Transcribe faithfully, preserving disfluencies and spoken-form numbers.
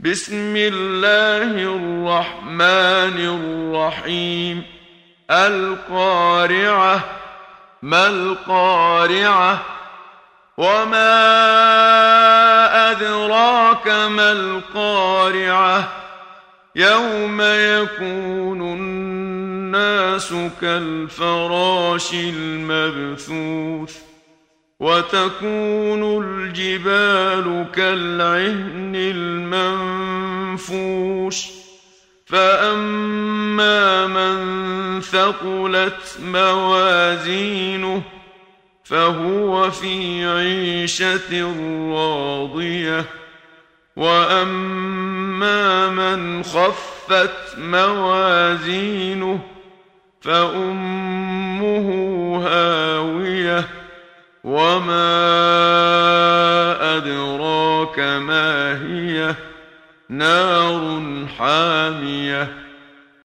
بسم الله الرحمن الرحيم. القارعة. ما القارعة؟ وما أدراك ما القارعة؟ يوم يكون الناس كالفراش المبثوث وتكون الجبال كالعهن المنفوش فأما من ثقلت موازينه فهو في عيشة راضية وأما من خفت موازينه فأمه هاوية وما أدراك ما هي نار حامية